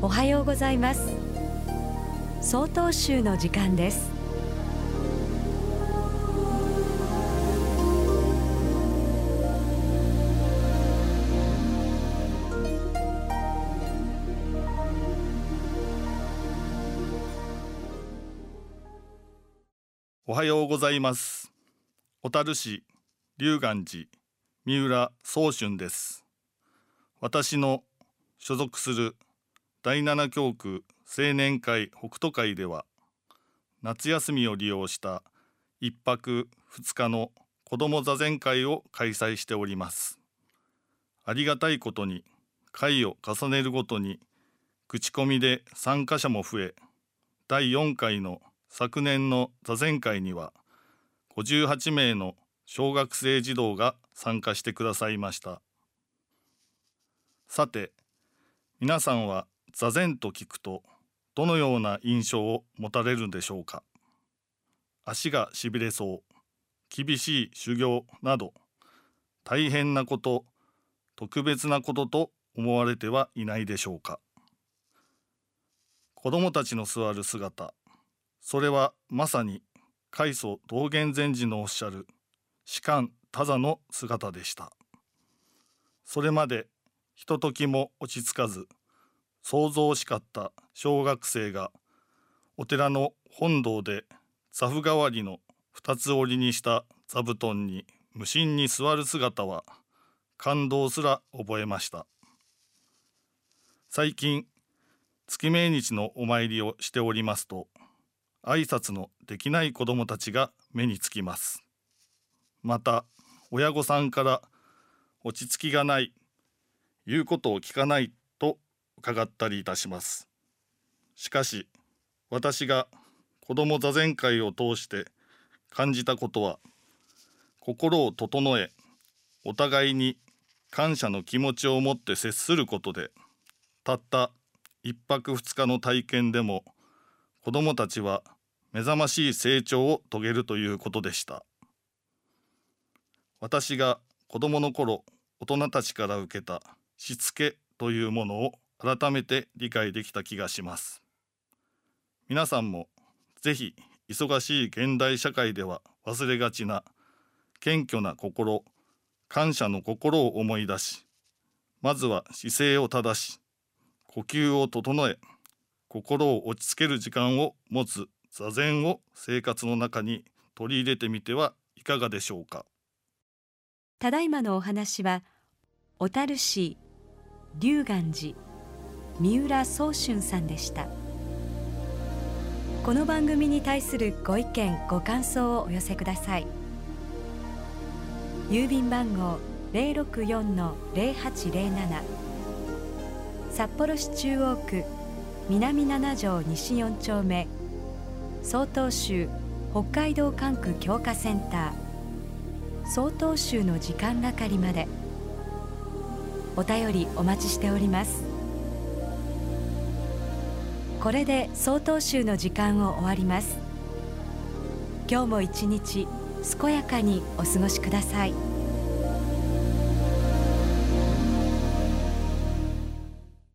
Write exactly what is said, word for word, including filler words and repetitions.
おはようございます。曹洞宗の時間です。 おはようございます。小樽市龍岩寺三浦宗春です。私の所属する第七教区青年会北斗会では、夏休みを利用した一泊二日の子ども座禅会を開催しております。ありがたいことに会を重ねるごとに口コミで参加者も増え、だいよんかいの昨年の座禅会にはごじゅうはちめいの小学生児童が参加してくださいました。さて、皆さんは座禅と聞くとどのような印象を持たれるでしょうか。足がしびれそう、厳しい修行など、大変なこと、特別なことと思われてはいないでしょうか。子どもたちの座る姿、それはまさに開祖道元禅師のおっしゃる士官多座の姿でした。それまでひとときも落ち着かず、想像しかった小学生がお寺の本堂で座布代わりの二つ折りにした座布団に無心に座る姿は感動すら覚えました。最近月命日のお参りをしておりますと、挨拶のできない子どもたちが目につきます。また親御さんから落ち着きがない、言うことを聞かないと伺ったりいたします。しかし私が子ども座禅会を通して感じたことは、心を整え、お互いに感謝の気持ちを持って接することで、たった一泊二日の体験でも子どもたちは目覚ましい成長を遂げるということでした。私が子どもの頃、大人たちから受けたしつけというものを改めて理解できた気がします。皆さんもぜひ忙しい現代社会では忘れがちな謙虚な心、感謝の心を思い出し、まずは姿勢を正し、呼吸を整え、心を落ち着ける時間を持つ座禅を生活の中に取り入れてみてはいかがでしょうか。 ただいまのお話は、小樽市龍岩寺三浦宗春さんでした。この番組に対するご意見ご感想をお寄せください。郵便番号 ゼロろくよんのゼロはちゼロなな、 札幌市中央区南なな条西よん丁目、曹洞宗北海道管区強化センター曹洞宗の時間係まで。お便りお待ちしております。これで曹洞宗の時間を終わります。今日も一日健やかにお過ごしください。